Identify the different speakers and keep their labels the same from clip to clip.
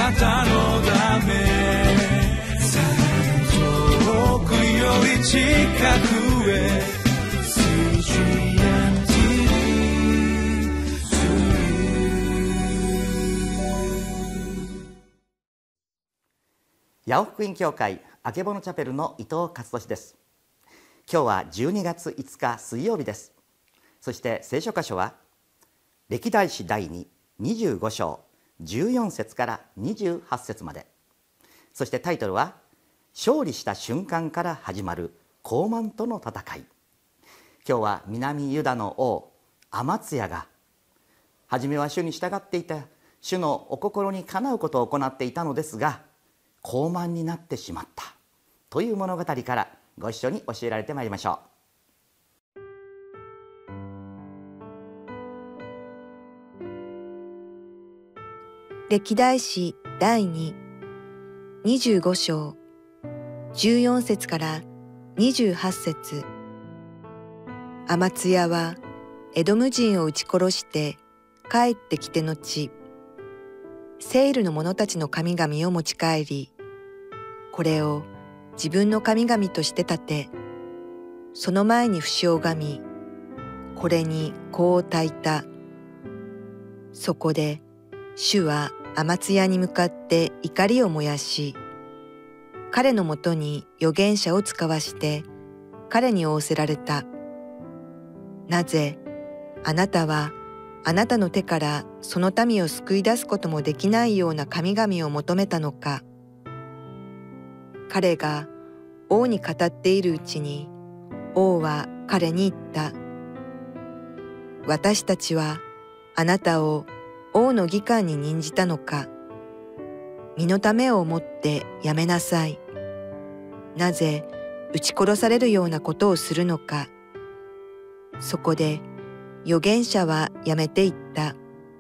Speaker 1: なたのため遠くより近くへ
Speaker 2: 八尾福音教会あけぼのチャペルの伊藤勝利です。今日は12月5日水曜日です。そして聖書箇所は歴代史第225章14節から28節まで、そしてタイトルは勝利した瞬間から始まる高慢との戦い。今日は南ユダの王アマツヤが初めは主に従っていた、主のお心にかなうことを行っていたのですが、高慢になってしまったという物語からご一緒に教えられてまいりましょう。
Speaker 3: 歴代史第225章14節から28節。アマツヤはエドム人を撃ち殺して帰ってきて後、セイルの者たちの神々を持ち帰り、これを自分の神々として立て、その前に節を拝み、これに香を焚いた。そこで主はアマツヤに向かって怒りを燃やし、彼のもとに預言者を使わして彼に仰せられた。なぜあなたはあなたの手からその民を救い出すこともできないような神々を求めたのか。彼が王に語っているうちに、王は彼に言った。私たちはあなたを王の議官に任じたのか。身のためを思ってやめなさい。なぜ撃ち殺されるようなことをするのか。そこで預言者はやめていった。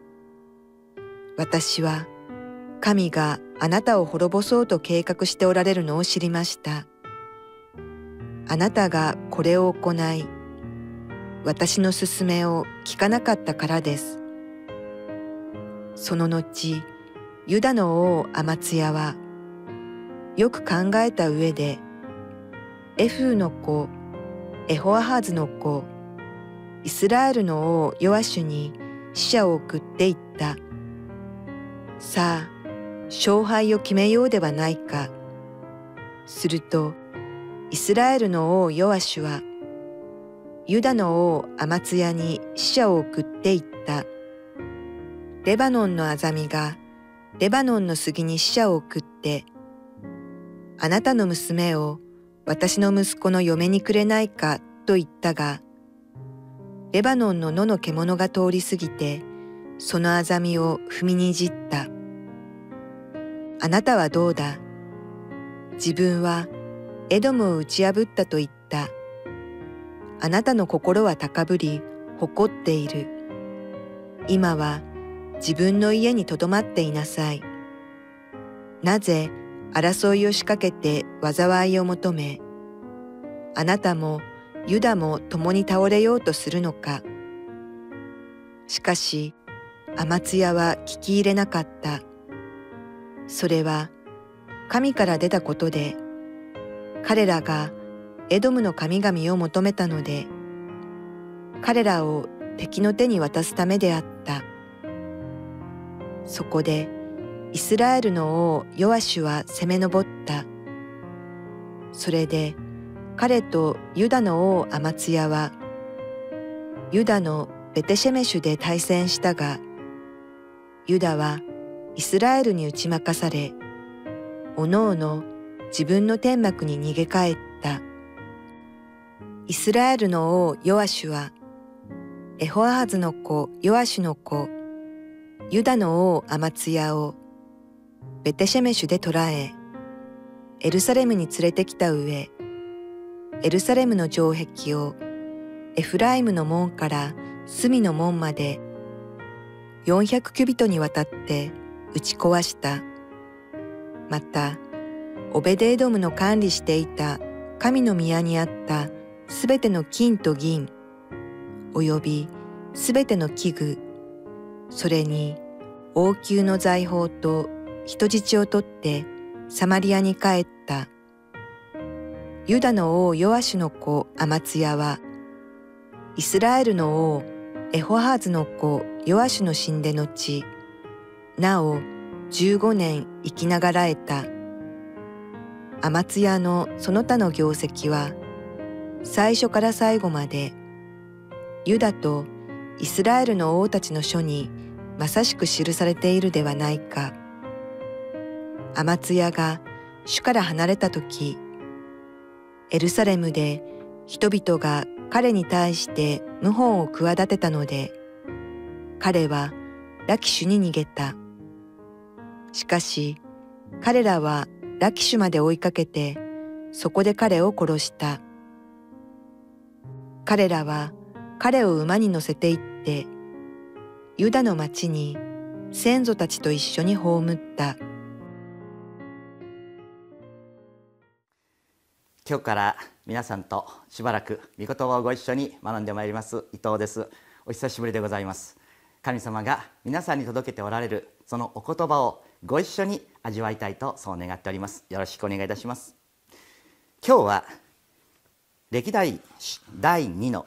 Speaker 3: 私は神があなたを滅ぼそうと計画しておられるのを知りました。あなたがこれを行い、私の勧めを聞かなかったからです。その後、ユダの王アマツヤは、よく考えた上で、エフーの子、エホアハズの子、イスラエルの王ヨアシュに使者を送っていった。さあ、勝敗を決めようではないか。すると、イスラエルの王ヨアシュは、ユダの王アマツヤに使者を送っていった。レバノンのアザミがレバノンの杉に使者を送って、あなたの娘を私の息子の嫁にくれないかと言ったが、レバノンの野の獣が通り過ぎて、そのアザミを踏みにじった。あなたはどうだ。自分はエドムを打ち破ったと言った。あなたの心は高ぶり、誇っている。今は自分の家にとどまっていなさい。なぜ争いを仕掛けて災いを求め、あなたもユダも共に倒れようとするのか。しかし、アマツヤは聞き入れなかった。それは神から出たことで、彼らがエドムの神々を求めたので、彼らを敵の手に渡すためであった。そこでイスラエルの王ヨアシュは攻め上った。それで彼とユダの王アマツヤはユダのベテシェメシュで対戦したが、ユダはイスラエルに打ち負かされ、おのおの自分の天幕に逃げ帰った。イスラエルの王ヨアシュは、エホアハズの子ヨアシュの子、ユダの王アマツヤをベテシェメシュで捕らえ、エルサレムに連れてきた上、エルサレムの城壁をエフライムの門から隅の門まで400キュビトにわたって打ち壊した。また、オベデエドムの管理していた神の宮にあったすべての金と銀、およびすべての器具、それに王宮の財宝と人質を取ってサマリアに帰った。ユダの王ヨアシュの子アマツヤは、イスラエルの王エホハーズの子ヨアシュの死んで後、なお15年生きながらえた。アマツヤのその他の業績は、最初から最後まで、ユダとイスラエルの王たちの書にまさしく記されているではないか。アマツヤが主から離れたとき、エルサレムで人々が彼に対して謀反を企てたので、彼はラキシュに逃げた。しかし、彼らはラキシュまで追いかけて、そこで彼を殺した。彼らは彼を馬に乗せて行って、ユダの町に先祖たちと一緒に葬った。
Speaker 2: 今日から皆さんとしばらく御言葉をご一緒に学んでまいります伊藤です。お久しぶりでございます。神様が皆さんに届けておられるそのお言葉をご一緒に味わいたいとそう願っております。よろしくお願いいたします。今日は歴代第2の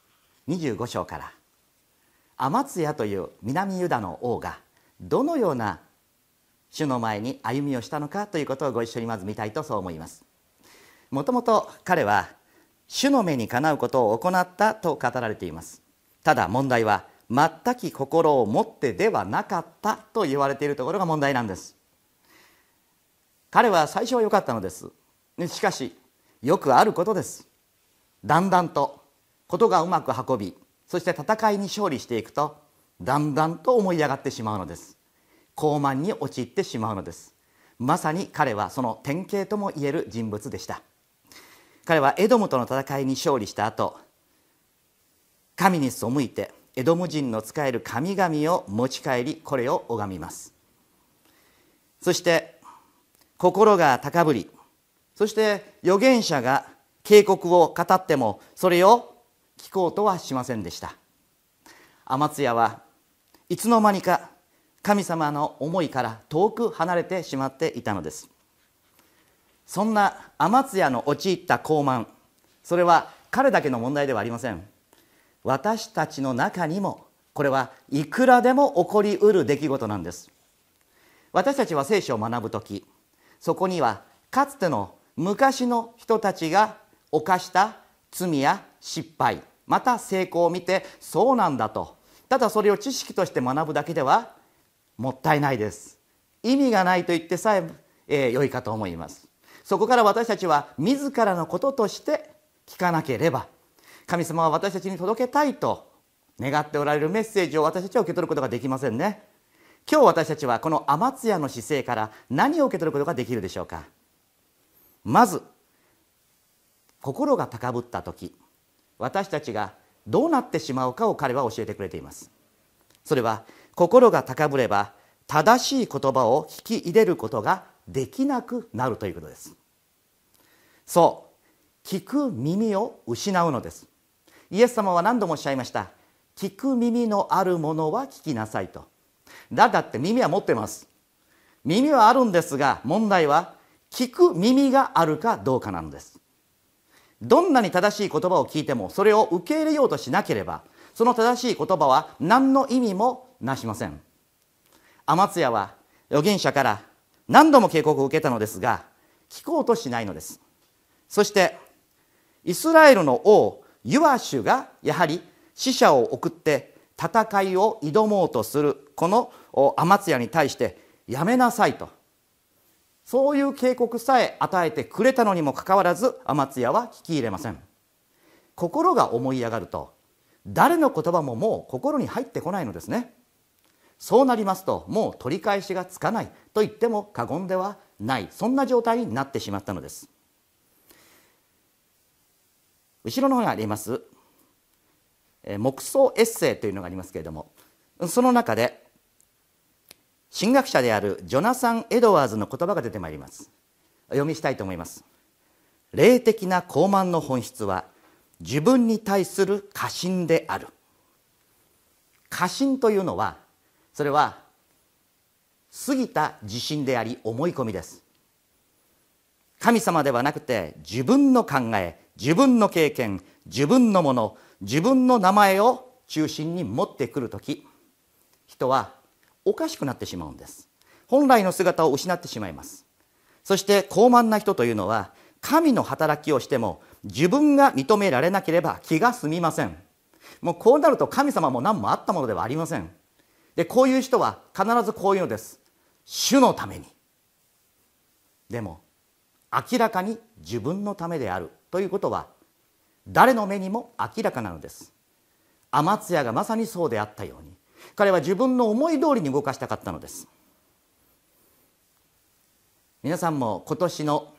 Speaker 2: 25章からアマツヤという南ユダの王がどのような主の前に歩みをしたのかということをご一緒にまず見たいとそう思います。もともと彼は主の目にかなうことを行ったと語られています。ただ問題は全き心を持ってではなかったと言われているところが問題なんです。彼は最初は良かったのです。しかしよくあることです。だんだんとことがうまく運び、そして戦いに勝利していくとだんだんと思い上がってしまうのです。傲慢に陥ってしまうのです。まさに彼はその典型ともいえる人物でした。彼はエドムとの戦いに勝利した後、神に背いてエドム人の仕える神々を持ち帰り、これを拝みます。そして心が高ぶり、そして預言者が警告を語ってもそれを聞こうとはしませんでした。アマツヤはいつの間にか神様の思いから遠く離れてしまっていたのです。そんなアマツヤの陥った傲慢、それは彼だけの問題ではありません。私たちの中にもこれはいくらでも起こりうる出来事なんです。私たちは聖書を学ぶとき、そこにはかつての昔の人たちが犯した罪や失敗、また成功を見て、そうなんだと、ただそれを知識として学ぶだけではもったいないです。意味がないと言ってさえ良いかと思います。そこから私たちは自らのこととして聞かなければ、神様は私たちに届けたいと願っておられるメッセージを私たちは受け取ることができませんね。今日私たちはこのアマツヤの姿勢から何を受け取ることができるでしょうか。まず心が高ぶった時、私たちがどうなってしまうかを彼は教えてくれています。それは心が高ぶれば正しい言葉を聞き入れることができなくなるということです。そう、聞く耳を失うのです。イエス様は何度もおっしゃいました。聞く耳のあるものは聞きなさいと。だって耳は持ってます。耳はあるんですが、問題は聞く耳があるかどうかなんです。どんなに正しい言葉を聞いてもそれを受け入れようとしなければ、その正しい言葉は何の意味もなしません。アマツヤは預言者から何度も警告を受けたのですが、聞こうとしないのです。そしてイスラエルの王ユアシュがやはり使者を送って戦いを挑もうとするこのアマツヤに対してやめなさいと、そういう警告さえ与えてくれたのにもかかわらず、アマツヤは聞き入れません。心が思い上がると誰の言葉ももう心に入ってこないのですね。そうなりますともう取り返しがつかないと言っても過言ではない、そんな状態になってしまったのです。後ろの方にあります黙想エッセイというのがありますけれども、その中で神学者であるジョナサン・エドワーズの言葉が出てまいります。お読みしたいと思います。霊的な傲慢の本質は自分に対する過信である。過信というのは、それは過ぎた自信であり思い込みです。神様ではなくて自分の考え、自分の経験、自分のもの、自分の名前を中心に持ってくるとき、人はおかしくなってしまうんです。本来の姿を失ってしまいます。そして高慢な人というのは、神の働きをしても自分が認められなければ気が済みません。もうこうなると神様も何もあったものではありません。で、こういう人は必ずこういうのです。主のために。でも明らかに自分のためであるということは誰の目にも明らかなのです。アマツヤがまさにそうであったように、彼は自分の思い通りに動かしたかったのです。皆さんも今年の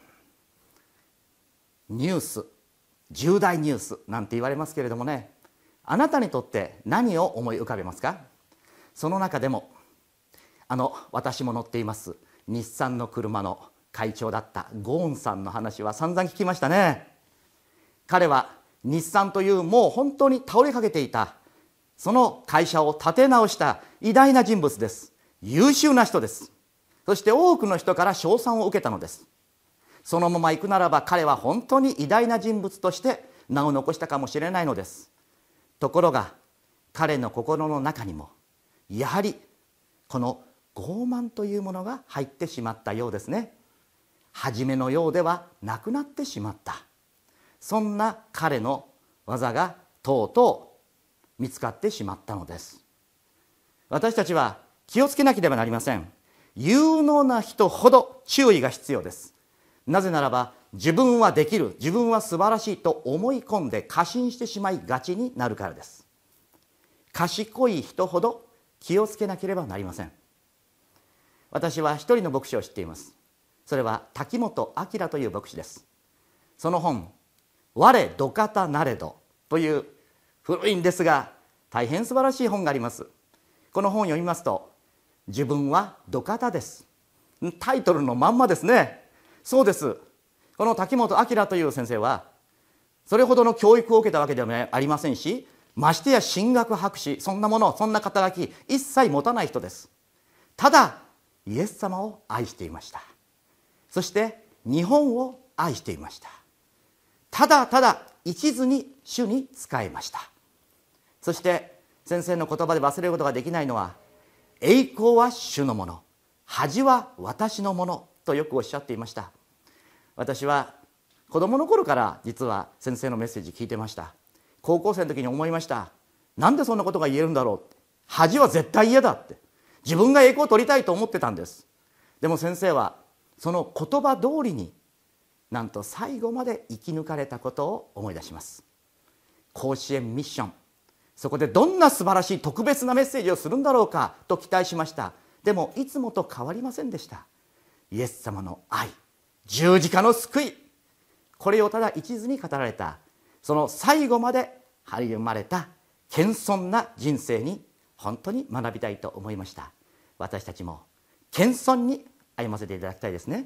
Speaker 2: ニュース、重大ニュースなんて言われますけれどもね、あなたにとって何を思い浮かべますか？その中でも私も乗っています日産の車の会長だったゴーンさんの話は散々聞きましたね。彼は日産というもう本当に倒れかけていたその会社を立て直した偉大な人物です。優秀な人です。そして多くの人から称賛を受けたのです。そのまま行くならば彼は本当に偉大な人物として名を残したかもしれないのです。ところが彼の心の中にもやはりこの傲慢というものが入ってしまったようですね。初めのようではなくなってしまった、そんな彼の技がとうとう見つかってしまったのです。私たちは気をつけなければなりません。有能な人ほど注意が必要です。なぜならば自分はできる、自分は素晴らしいと思い込んで過信してしまいがちになるからです。賢い人ほど気をつけなければなりません。私は一人の牧師を知っています。それは滝本明という牧師です。その本「我土方なれど」という古いんですが大変素晴らしい本があります。この本を読みますと、自分は土方です。タイトルのまんまですね。そうです。この滝本明という先生はそれほどの教育を受けたわけではありませんし、ましてや神学博士、そんなもの、そんな肩書き一切持たない人です。ただイエス様を愛していました。そして日本を愛していました。ただただ一途に主に仕えました。そして先生の言葉で忘れることができないのは、栄光は主のもの、恥は私のものとよくおっしゃっていました。私は子供の頃から実は先生のメッセージ聞いてました。高校生の時に思いました。なんでそんなことが言えるんだろうって。恥は絶対嫌だって、自分が栄光を取りたいと思ってたんです。でも先生はその言葉通りになんと最後まで生き抜かれたことを思い出します。甲子園ミッション、そこでどんな素晴らしい特別なメッセージをするんだろうかと期待しました。でもいつもと変わりませんでした。イエス様の愛、十字架の救い、これをただ一途に語られた、その最後まで歩まれた謙遜な人生に本当に学びたいと思いました。私たちも謙遜に歩ませていただきたいですね。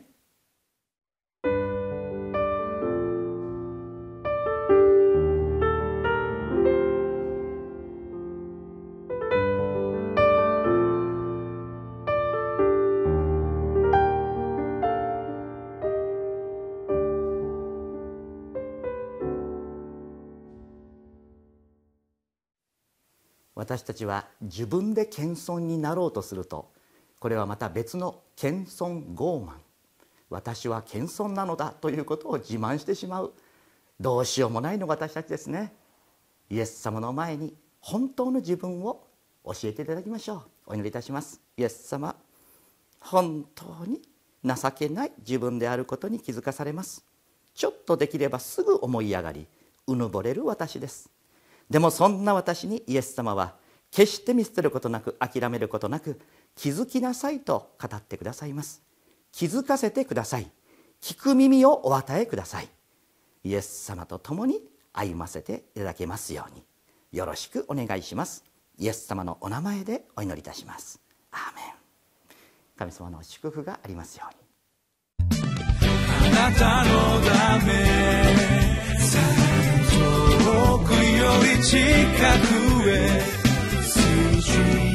Speaker 2: 私たちは自分で謙遜になろうとすると、これはまた別の謙遜傲慢、私は謙遜なのだということを自慢してしまう、どうしようもないのが私たちですね。イエス様の前に本当の自分を教えていただきましょう。お祈りいたします。イエス様、本当に情けない自分であることに気づかされます。ちょっとできればすぐ思い上がりうぬぼれる私です。でもそんな私にイエス様は決して見捨てることなく、諦めることなく、気づきなさいと語ってくださいます。気づかせてください。聞く耳をお与えください。イエス様と共に歩ませていただけますようによろしくお願いします。イエス様のお名前でお祈りいたします。アーメン。神様の祝福がありますように。
Speaker 1: あなたのため遠くより近くへ